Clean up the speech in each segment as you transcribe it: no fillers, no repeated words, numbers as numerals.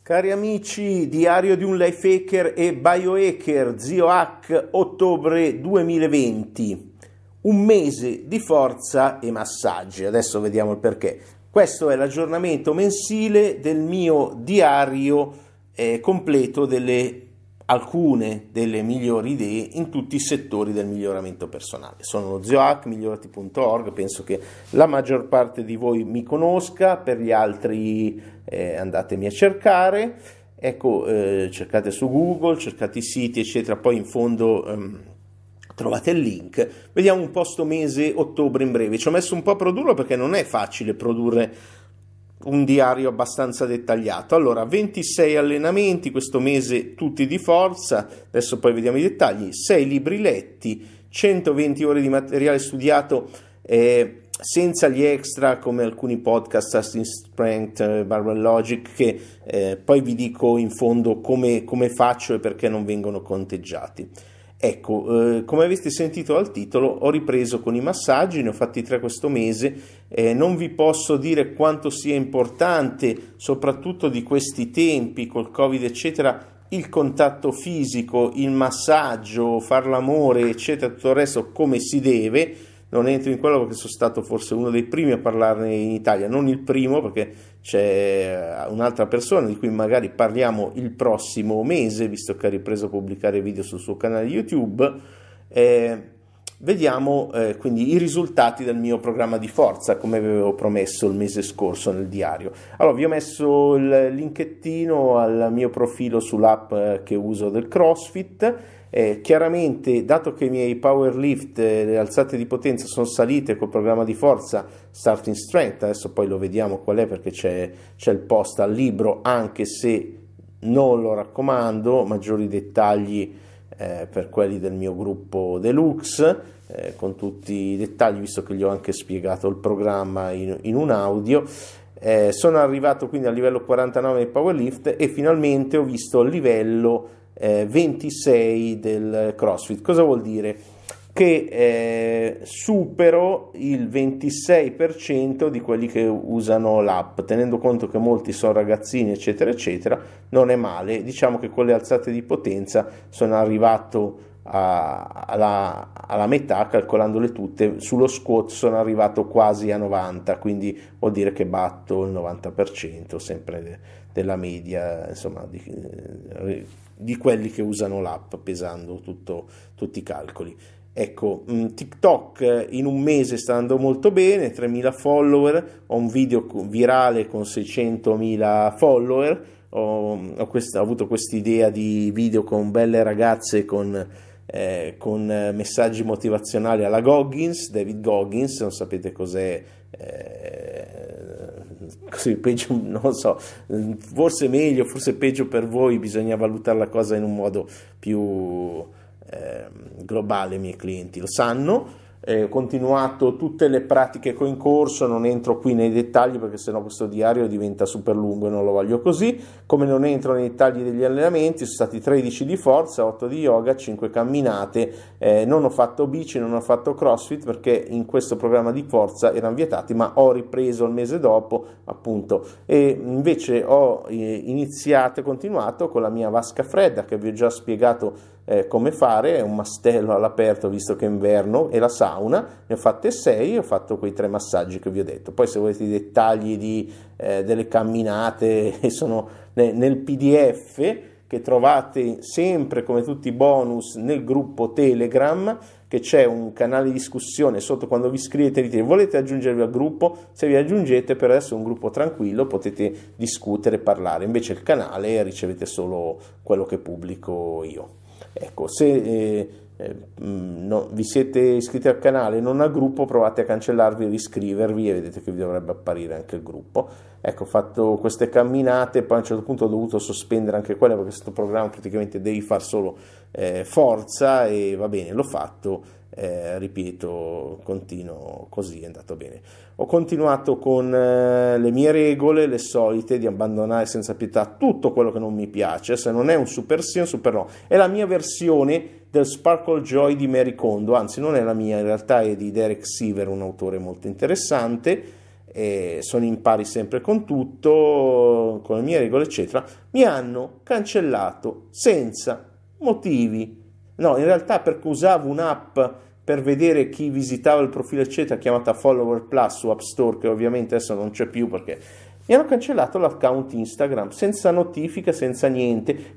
Cari amici, diario di un life hacker e biohacker, Zio Hack, ottobre 2020. Un mese di forza e massaggi. Adesso vediamo il perché. Questo è l'aggiornamento mensile del mio diario completo delle alcune delle migliori idee in tutti i settori del miglioramento personale. Sono lo Zio Hack, migliorati.org, penso che la maggior parte di voi mi conosca, per gli altri andatemi a cercare, ecco, cercate su Google, cercate i siti eccetera, poi in fondo trovate il link. Vediamo un po' sto mese ottobre in breve. Ci ho messo un po' a produrlo perché non è facile produrre un diario abbastanza dettagliato. Allora, 26 allenamenti questo mese, tutti di forza, adesso poi vediamo i dettagli, 6 libri letti, 120 ore di materiale studiato senza gli extra come alcuni podcast, Starting Strength, Barbell Logic, che poi vi dico in fondo come faccio e perché non vengono conteggiati. Ecco, come avete sentito dal titolo, ho ripreso con i massaggi, ne ho fatti 3 questo mese, non vi posso dire quanto sia importante, soprattutto di questi tempi, col Covid eccetera, il contatto fisico, il massaggio, far l'amore eccetera, tutto il resto come si deve. Non entro in quello perché sono stato forse uno dei primi a parlarne in Italia, non il primo perché c'è un'altra persona di cui magari parliamo il prossimo mese, visto che ha ripreso a pubblicare video sul suo canale YouTube. Vediamo quindi i risultati del mio programma di forza, come avevo promesso il mese scorso nel diario. Allora, vi ho messo il linkettino al mio profilo sull'app che uso del CrossFit. Chiaramente, dato che i miei power lift, le alzate di potenza sono salite col programma di forza Starting Strength, adesso poi lo vediamo qual è perché c'è il post al libro, anche se non lo raccomando, maggiori dettagli per quelli del mio gruppo Deluxe, con tutti i dettagli, visto che gli ho anche spiegato il programma in un audio. Sono arrivato quindi al livello 49 del powerlift e finalmente ho visto il livello 26 del CrossFit. Cosa vuol dire? Che supero il 26% di quelli che usano l'app, tenendo conto che molti sono ragazzini eccetera eccetera, non è male. Diciamo che con le alzate di potenza sono arrivato alla metà, calcolandole tutte. Sullo squat sono arrivato quasi a 90, quindi vuol dire che batto il 90% sempre della media, insomma, di quelli che usano l'app, pesando tutti i calcoli. Ecco, TikTok in un mese sta andando molto bene, 3.000 follower, ho un video virale con 600.000 follower, ho avuto quest'idea di video con belle ragazze con messaggi motivazionali alla Goggins, David Goggins, non sapete cos'è, così peggio, non so, forse meglio, forse peggio per voi, bisogna valutare la cosa in un modo più globale, i miei clienti lo sanno. Ho continuato tutte le pratiche che ho in corso, non entro qui nei dettagli perché sennò questo diario diventa super lungo e non lo voglio così. Come non entro nei dettagli degli allenamenti, sono stati 13 di forza, 8 di yoga, 5 camminate, non ho fatto bici, non ho fatto CrossFit perché in questo programma di forza erano vietati, ma ho ripreso il mese dopo appunto, e invece ho iniziato e continuato con la mia vasca fredda che vi ho già spiegato come fare, è un mastello all'aperto visto che è inverno, e la sauna, ne ho fatte 6, ho fatto quei 3 massaggi che vi ho detto. Poi se volete i dettagli delle camminate sono nel PDF che trovate sempre come tutti i bonus nel gruppo Telegram, che c'è un canale di discussione sotto. Quando vi iscrivete dite volete aggiungervi al gruppo, se vi aggiungete per adesso è un gruppo tranquillo, potete discutere, parlare, invece il canale ricevete solo quello che pubblico io. Ecco, se vi siete iscritti al canale e non al gruppo, provate a cancellarvi e riscrivervi e vedete che vi dovrebbe apparire anche il gruppo. Ecco, ho fatto queste camminate, poi a un certo punto ho dovuto sospendere anche quelle perché questo programma praticamente devi far solo forza, e va bene, l'ho fatto. Ripeto, continuo così, è andato bene. Ho continuato con le mie regole, le solite, di abbandonare senza pietà tutto quello che non mi piace. Se non è un super sì, un super no. È la mia versione del Sparkle Joy di Marie Kondo, anzi non è la mia, in realtà è di Derek Sivers, un autore molto interessante. Sono in pari sempre con tutto, con le mie regole eccetera, mi hanno cancellato senza motivi. No, in realtà perché usavo un'app per vedere chi visitava il profilo eccetera, chiamata Follower Plus su App Store, che ovviamente adesso non c'è più perché mi hanno cancellato l'account Instagram senza notifica, senza niente.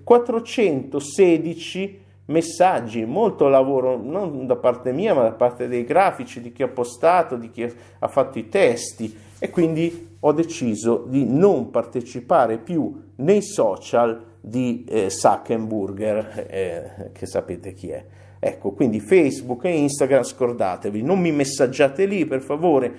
416 messaggi, molto lavoro non da parte mia ma da parte dei grafici, di chi ha postato, di chi ha fatto i testi, e quindi ho deciso di non partecipare più nei social di Zuckerberg, che sapete chi è. Ecco, quindi Facebook e Instagram scordatevi, non mi messaggiate lì per favore,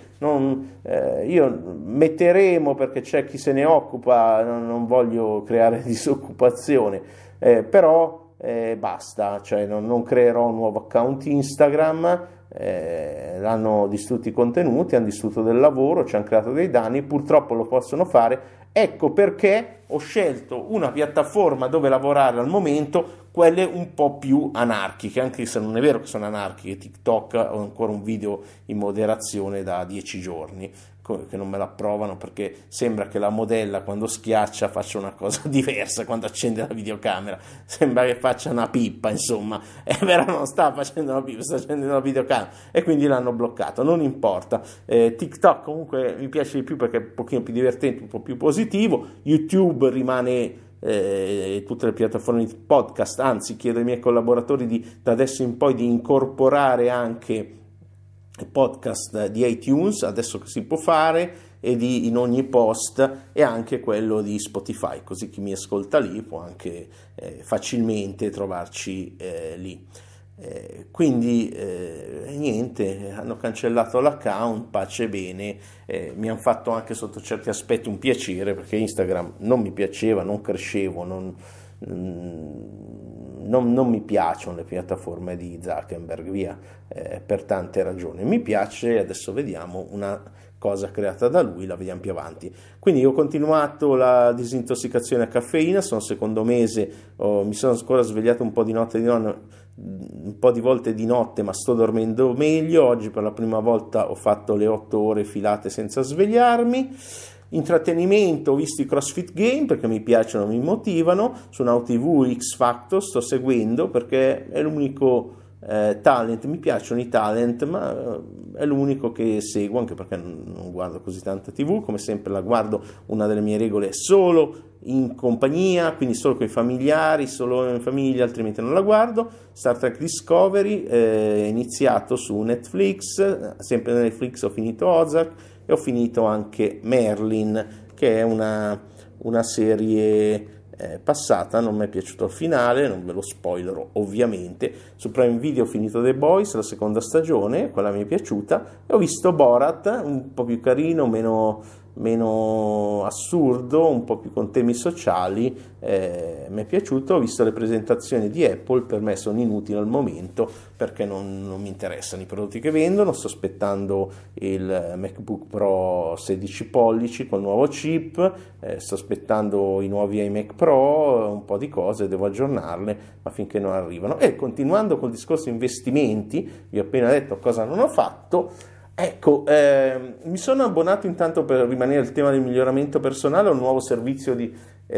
io metteremo perché c'è chi se ne occupa, non voglio creare disoccupazione, però basta, cioè non creerò un nuovo account Instagram, hanno distrutto i contenuti, hanno distrutto del lavoro, ci hanno creato dei danni, purtroppo lo possono fare, ecco perché ho scelto una piattaforma dove lavorare al momento, quelle un po' più anarchiche, anche se non è vero che sono anarchiche. TikTok ho ancora un video in moderazione da 10 giorni che non me la approvano perché sembra che la modella quando schiaccia faccia una cosa diversa quando accende la videocamera, sembra che faccia una pippa, insomma, però non sta facendo una pippa, sta accendendo la videocamera e quindi l'hanno bloccato, non importa. TikTok comunque mi piace di più perché è un pochino più divertente, un po' più positivo. YouTube rimane tutte le piattaforme di podcast, anzi chiedo ai miei collaboratori da adesso in poi di incorporare anche podcast di iTunes, adesso che si può fare, e in ogni post, e anche quello di Spotify, così chi mi ascolta lì può anche facilmente trovarci lì. Quindi niente, hanno cancellato l'account, pace e bene, mi hanno fatto anche sotto certi aspetti un piacere perché Instagram non mi piaceva, non crescevo, non mi piacciono le piattaforme di Zuckerberg, via, per tante ragioni. Mi piace, adesso vediamo una cosa creata da lui, la vediamo più avanti. Quindi ho continuato la disintossicazione a caffeina, sono al secondo mese, mi sono ancora svegliato un po' di volte di notte, ma sto dormendo meglio. Oggi per la prima volta ho fatto le 8 ore filate senza svegliarmi. Intrattenimento, ho visto i CrossFit Game perché mi piacciono, mi motivano. Su Now TV X Factor sto seguendo perché è l'unico talent, mi piacciono i talent, ma è l'unico che seguo, anche perché non guardo così tanta TV, come sempre la guardo, una delle mie regole è solo in compagnia, quindi solo con i familiari, solo in famiglia, altrimenti non la guardo. Star Trek Discovery è iniziato su Netflix, sempre Netflix ho finito Ozark e ho finito anche Merlin, che è una serie passata, non mi è piaciuto il finale, non ve lo spoilerò ovviamente. Su Prime Video ho finito The Boys, la seconda stagione, quella mi è piaciuta, e ho visto Borat, un po' più carino, meno assurdo, un po' più con temi sociali, mi è piaciuto. Ho visto le presentazioni di Apple, per me sono inutili al momento perché non mi interessano i prodotti che vendono. Sto aspettando il MacBook Pro 16 pollici col nuovo chip, sto aspettando i nuovi iMac Pro, un po' di cose, devo aggiornarle, ma finché non arrivano. E continuando col discorso investimenti, vi ho appena detto cosa non ho fatto. Ecco, mi sono abbonato intanto, per rimanere al tema del miglioramento personale, a un nuovo servizio di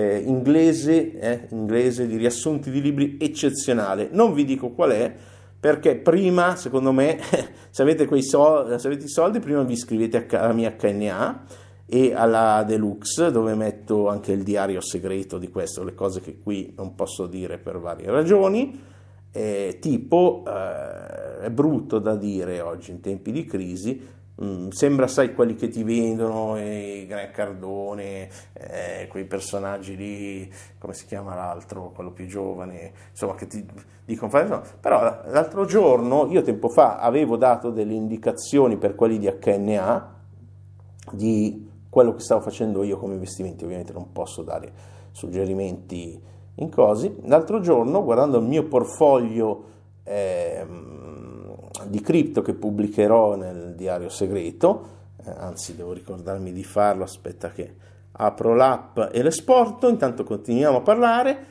inglese di riassunti di libri eccezionale. Non vi dico qual è, perché prima, secondo me, se avete i soldi, prima vi iscrivete alla mia HNA e alla Deluxe, dove metto anche il diario segreto di questo, le cose che qui non posso dire per varie ragioni. È brutto da dire oggi in tempi di crisi, sembra, sai, quelli che ti vendono i Gran Cardone, quei personaggi lì, come si chiama l'altro, quello più giovane, insomma, che ti dicono no. Però l'altro giorno, io tempo fa avevo dato delle indicazioni per quelli di HNA di quello che stavo facendo io come investimenti, ovviamente non posso dare suggerimenti in cosi. L'altro giorno, guardando il mio portfolio di cripto che pubblicherò nel diario segreto, anzi devo ricordarmi di farlo, aspetta che apro l'app e l'esporto, intanto continuiamo a parlare.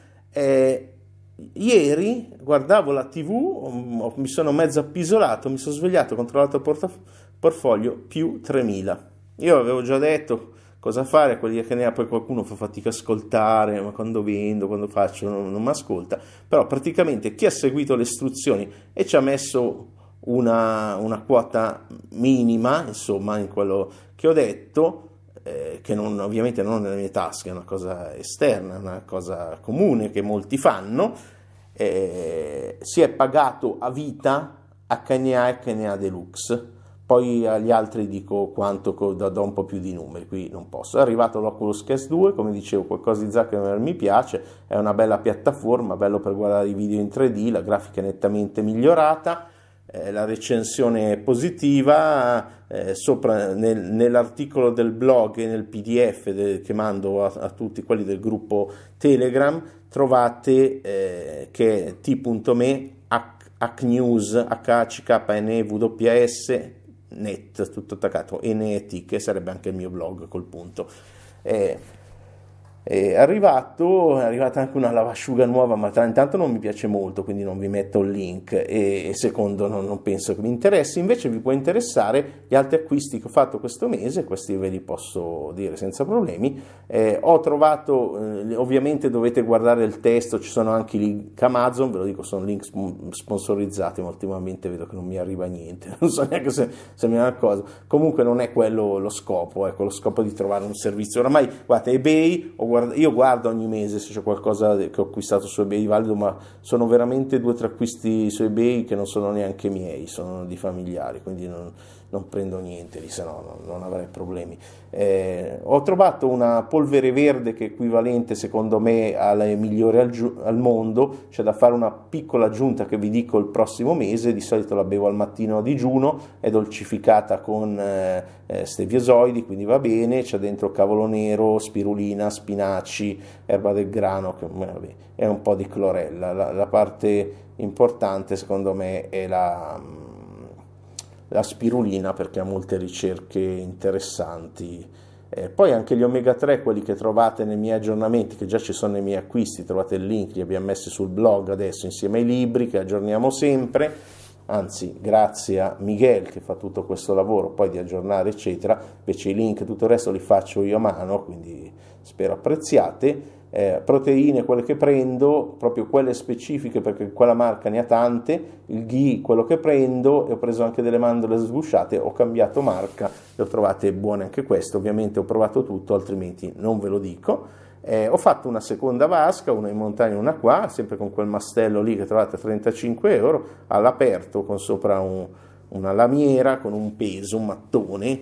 Ieri guardavo la TV, mi sono mezzo appisolato, mi sono svegliato, ho controllato il portfolio, più 3.000. Io avevo già detto cosa fare, a quelli che ne ha poi qualcuno fa fatica a ascoltare, ma quando vendo, quando faccio non mi ascolta, però praticamente chi ha seguito le istruzioni e ci ha messo una quota minima, insomma, in quello che ho detto, che ovviamente non nelle mie tasche, è una cosa esterna, una cosa comune che molti fanno, si è pagato a vita HNA e HNA Deluxe. Poi agli altri dico quanto, do un po' più di numeri, qui non posso. È arrivato l'Oculus Quest 2, come dicevo, qualcosa di Zuckerberg mi piace, è una bella piattaforma, bello per guardare i video in 3D, la grafica è nettamente migliorata, la recensione è positiva, nell'articolo del blog e nel PDF che mando a tutti quelli del gruppo Telegram trovate che è t.me hacknews HCKNEWS net, tutto attaccato, NET, che sarebbe anche il mio blog col punto. È arrivata anche una lavasciuga nuova, ma intanto non mi piace molto, quindi non vi metto il link, e secondo non penso che mi interessi. Invece vi può interessare gli altri acquisti che ho fatto questo mese, questi ve li posso dire senza problemi. Ho trovato, ovviamente dovete guardare il testo, ci sono anche i link Amazon, ve lo dico, sono link sponsorizzati, ma ultimamente vedo che non mi arriva niente, non so neanche se mi è una cosa. Comunque non è quello lo scopo, ecco, lo scopo di trovare un servizio. Oramai, guardate, eBay, io guardo ogni mese se c'è qualcosa che ho acquistato su eBay valido, ma sono veramente 2 o 3 acquisti su eBay che non sono neanche miei, sono di familiari, quindi non prendo niente lì, se no non avrei problemi. Ho trovato una polvere verde che è equivalente secondo me alle migliori al mondo. C'è da fare una piccola aggiunta che vi dico il prossimo mese, di solito la bevo al mattino a digiuno, è dolcificata con steviosoidi, quindi va bene, c'è dentro cavolo nero, spirulina, spinaci, erba del grano, è un po' di clorella. La parte importante secondo me è la spirulina, perché ha molte ricerche interessanti. Poi anche gli omega 3, quelli che trovate nei miei aggiornamenti, che già ci sono nei miei acquisti, trovate il link, li abbiamo messi sul blog adesso insieme ai libri che aggiorniamo sempre, anzi grazie a Miguel che fa tutto questo lavoro poi di aggiornare eccetera, invece i link e tutto il resto li faccio io a mano, quindi spero apprezziate. Proteine, quelle che prendo, proprio quelle specifiche, perché quella marca ne ha tante, il ghee, quello che prendo, e ho preso anche delle mandorle sgusciate, ho cambiato marca, le ho trovate buone anche queste, ovviamente ho provato tutto, altrimenti non ve lo dico. Ho fatto una seconda vasca, una in montagna e una qua, sempre con quel mastello lì che trovate a 35 euro, all'aperto, con sopra una lamiera con un peso, un mattone.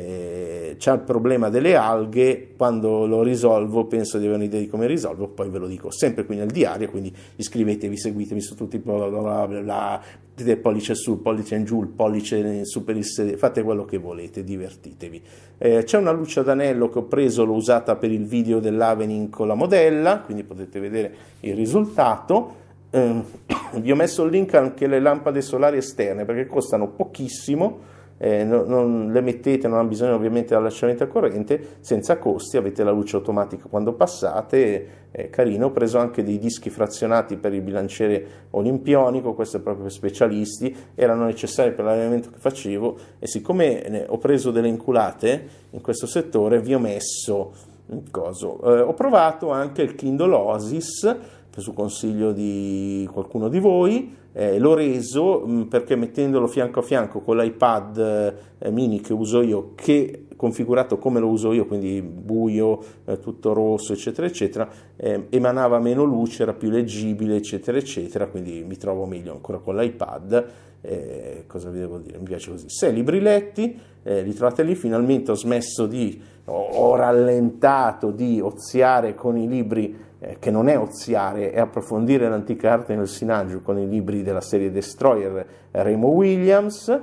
C'è il problema delle alghe, quando lo risolvo penso di avere un'idea di come risolvo, poi ve lo dico sempre qui nel diario, quindi iscrivetevi, seguitemi su tutti, bla bla bla bla, mettete pollice su, pollice in giù, il pollice in su per il sedere, fate quello che volete, divertitevi. C'è una luce ad anello che ho preso, l'ho usata per il video dell'Avening con la modella, quindi potete vedere il risultato. Vi ho messo il link anche alle lampade solari esterne, perché costano pochissimo, non le mettete, non hanno bisogno ovviamente dell'allacciamento a corrente, senza costi, avete la luce automatica quando passate, è carino. Ho preso anche dei dischi frazionati per il bilanciere olimpionico, questo è proprio per specialisti, erano necessari per l'allenamento che facevo, e siccome ho preso delle inculate in questo settore vi ho messo un coso. Ho provato anche il Kindle Oasis su consiglio di qualcuno di voi, l'ho reso perché mettendolo fianco a fianco con l'iPad mini che uso io, che configurato come lo uso io, quindi buio, tutto rosso eccetera eccetera, emanava meno luce, era più leggibile eccetera eccetera, quindi mi trovo meglio ancora con l'iPad. Cosa vi devo dire, mi piace così. 6 libri letti, li trovate lì. Finalmente ho rallentato di oziare con i libri, che non è oziare, è approfondire l'antica arte nel Sinanju con i libri della serie Destroyer, Remo Williams,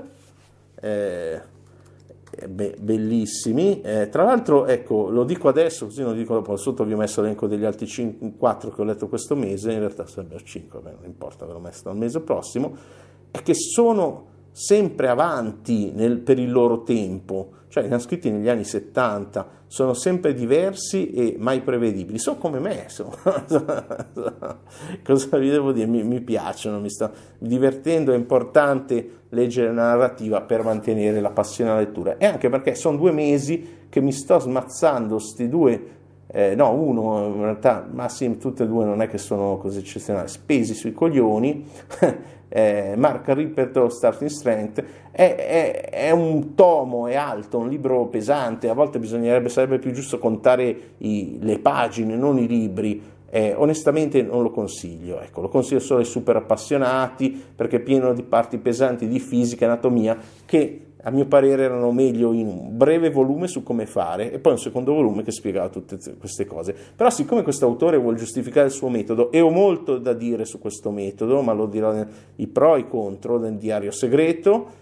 bellissimi. Tra l'altro, ecco, lo dico adesso, così non dico dopo, sotto vi ho messo l'elenco degli altri 4 che ho letto questo mese, in realtà sarebbero 5, vabbè, non importa, ve l'ho messo al mese prossimo, è che sono sempre avanti per il loro tempo, cioè li hanno scritti negli anni 70, sono sempre diversi e mai prevedibili, sono come me, cosa vi devo dire, mi piacciono, mi sto divertendo, è importante leggere la narrativa per mantenere la passione alla lettura, e anche perché sono 2 mesi che mi sto smazzando sti due, no, uno in realtà, ma sì, tutte e 2 non è che sono così eccezionali, spesi sui coglioni, Mark Ripperto Starting Strength, è un tomo, è alto, un libro pesante, a volte sarebbe più giusto contare le pagine, non i libri. Onestamente non lo consiglio, ecco, lo consiglio solo ai super appassionati, perché è pieno di parti pesanti di fisica e anatomia che a mio parere erano meglio in un breve volume su come fare e poi un secondo volume che spiegava tutte queste cose. Però siccome questo autore vuole giustificare il suo metodo, e ho molto da dire su questo metodo, ma lo dirò i pro e i contro nel diario segreto,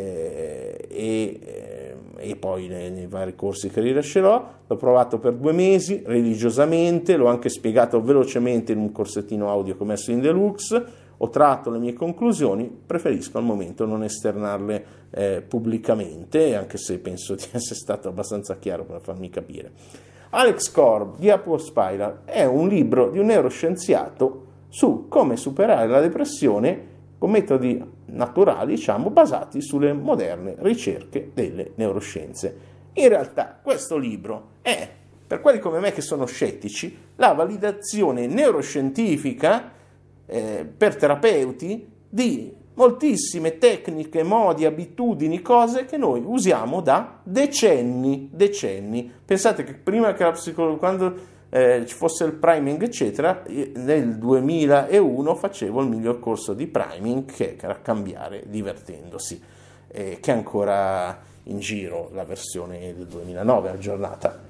e poi nei vari corsi che rilascerò. L'ho provato per 2 mesi religiosamente, l'ho anche spiegato velocemente in un corsettino audio che ho messo in deluxe, ho tratto le mie conclusioni, preferisco al momento non esternarle pubblicamente, anche se penso di essere stato abbastanza chiaro per farmi capire. Alex Korb, The Upward Spiral, è un libro di un neuroscienziato su come superare la depressione con metodi naturali, diciamo, basati sulle moderne ricerche delle neuroscienze. In realtà questo libro è, per quelli come me che sono scettici, la validazione neuroscientifica per terapeuti di moltissime tecniche, modi, abitudini, cose che noi usiamo da decenni. Pensate che prima che la psicologia, quando ci fosse il priming eccetera, nel 2001 facevo il miglior corso di priming, che era Cambiare divertendosi, che è ancora in giro, la versione del 2009 aggiornata,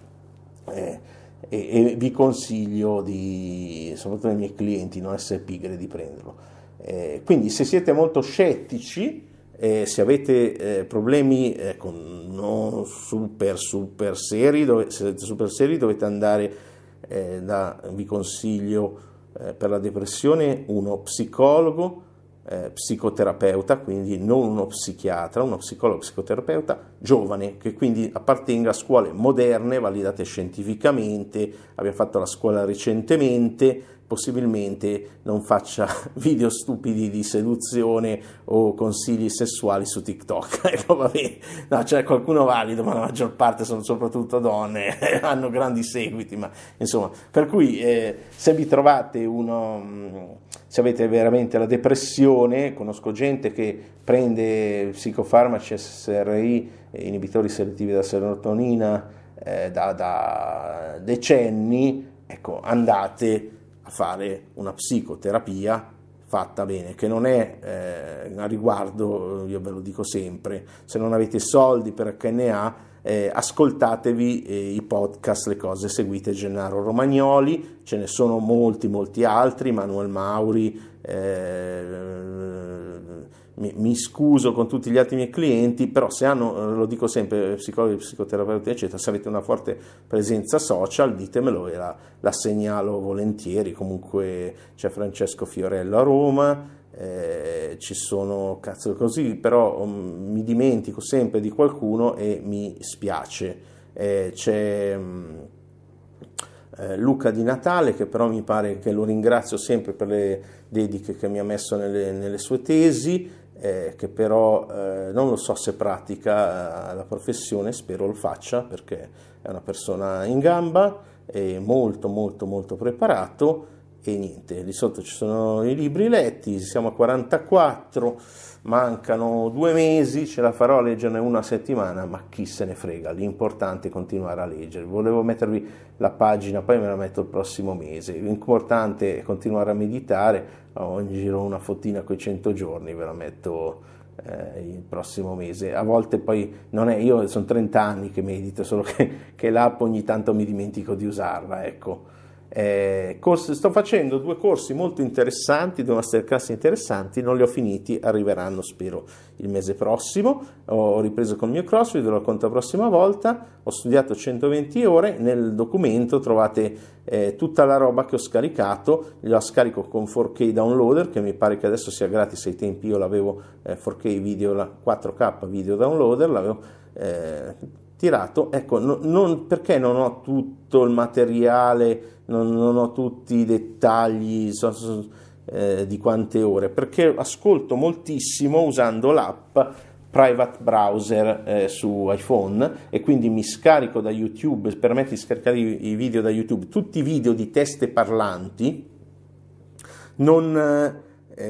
e vi consiglio soprattutto ai miei clienti, non essere pigri di prenderlo. Quindi se siete molto scettici, se avete problemi non super seri, se siete super seri dovete andare vi consiglio per la depressione uno psicologo, psicoterapeuta, quindi non uno psichiatra, uno psicologo psicoterapeuta giovane, che quindi appartenga a scuole moderne, validate scientificamente, abbia fatto la scuola recentemente, possibilmente non faccia video stupidi di seduzione o consigli sessuali su TikTok. Ecco, vabbè, no, c'è qualcuno valido, ma la maggior parte sono soprattutto donne, hanno grandi seguiti, ma insomma, per cui se vi trovate se avete veramente la depressione, conosco gente che prende psicofarmaci SSRI, inibitori selettivi della serotonina da decenni, ecco, andate a fare una psicoterapia fatta bene, che non è a riguardo, io ve lo dico sempre, se non avete soldi per HNA, ascoltatevi i podcast, le cose, seguite Gennaro Romagnoli, ce ne sono molti altri, Manuel Mauri, mi scuso con tutti gli altri miei clienti, però se hanno, lo dico sempre, psicologi, psicoterapeuti eccetera, se avete una forte presenza social ditemelo e la segnalo volentieri. Comunque c'è Francesco Fiorello a Roma, ci sono così, però mi dimentico sempre di qualcuno e mi spiace. C'è Luca Di Natale, che però mi pare, che lo ringrazio sempre per le dediche che mi ha messo nelle sue tesi, che però non lo so se pratica la professione, spero lo faccia perché è una persona in gamba e molto preparato. E niente, di sotto ci sono i libri letti, siamo a 44, mancano 2 mesi, ce la farò a leggerne una a settimana, ma chi se ne frega, l'importante è continuare a leggere. Volevo mettervi la pagina, poi me la metto il prossimo mese, l'importante è continuare a meditare, ho in giro una fottina con i 100 giorni, ve la metto il prossimo mese. A volte poi non è, io sono 30 anni che medito, solo che l'app ogni tanto mi dimentico di usarla, ecco. Sto facendo 2 corsi molto interessanti, 2 masterclass interessanti, non li ho finiti, arriveranno spero il mese prossimo. Ho ripreso con il mio CrossFit, ve lo racconto la prossima volta. Ho studiato 120 ore, nel documento trovate tutta la roba che ho scaricato, la scarico con 4K downloader, che mi pare che adesso sia gratis, ai tempi io l'avevo 4K video, 4K video downloader, l'avevo tirato. Ecco, perché non ho tutto il materiale, non ho tutti i dettagli di quante ore? Perché ascolto moltissimo usando l'app Private Browser su iPhone, e quindi mi scarico da YouTube, permette di scaricare i video da YouTube, tutti i video di teste parlanti, non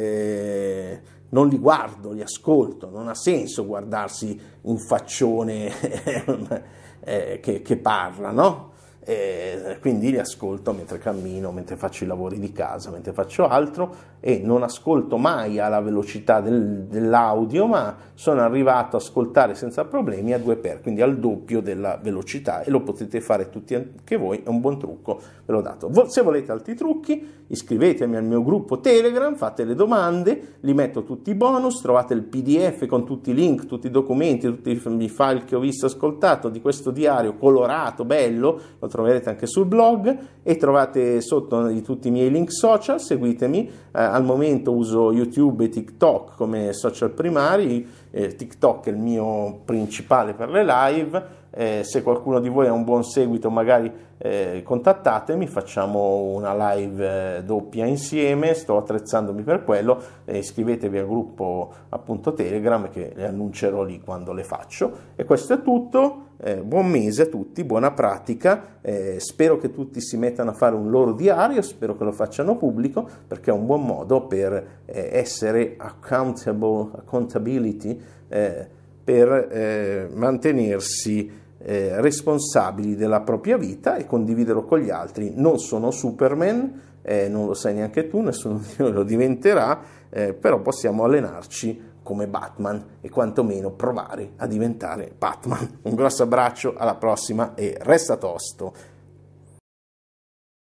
li guardo, li ascolto. Non ha senso guardarsi un faccione che parla, no? Quindi li ascolto mentre cammino, mentre faccio i lavori di casa, mentre faccio altro, e non ascolto mai alla velocità dell'audio, ma sono arrivato ad ascoltare senza problemi a 2x, quindi al doppio della velocità, e lo potete fare tutti anche voi. È un buon trucco, ve l'ho dato. Se volete altri trucchi, iscrivetevi al mio gruppo Telegram, fate le domande, li metto tutti i bonus, trovate il PDF con tutti i link, tutti i documenti, tutti i file che ho visto e ascoltato di questo diario colorato, bello, lo troverete anche sul blog, e trovate sotto tutti i miei link social. Seguitemi, al momento uso YouTube e TikTok come social primari, TikTok è il mio principale per le live. Se qualcuno di voi ha un buon seguito, magari contattatemi, facciamo una live doppia insieme, sto attrezzandomi per quello. Iscrivetevi al gruppo appunto Telegram, che le annuncerò lì quando le faccio. E questo è tutto. Buon mese a tutti, buona pratica, spero che tutti si mettano a fare un loro diario, spero che lo facciano pubblico, perché è un buon modo per essere accountability, per mantenersi responsabili della propria vita e condividerlo con gli altri. Non sono Superman, non lo sai neanche tu, nessuno di noi lo diventerà, però possiamo allenarci come Batman e quantomeno provare a diventare Batman. Un grosso abbraccio, alla prossima e resta tosto.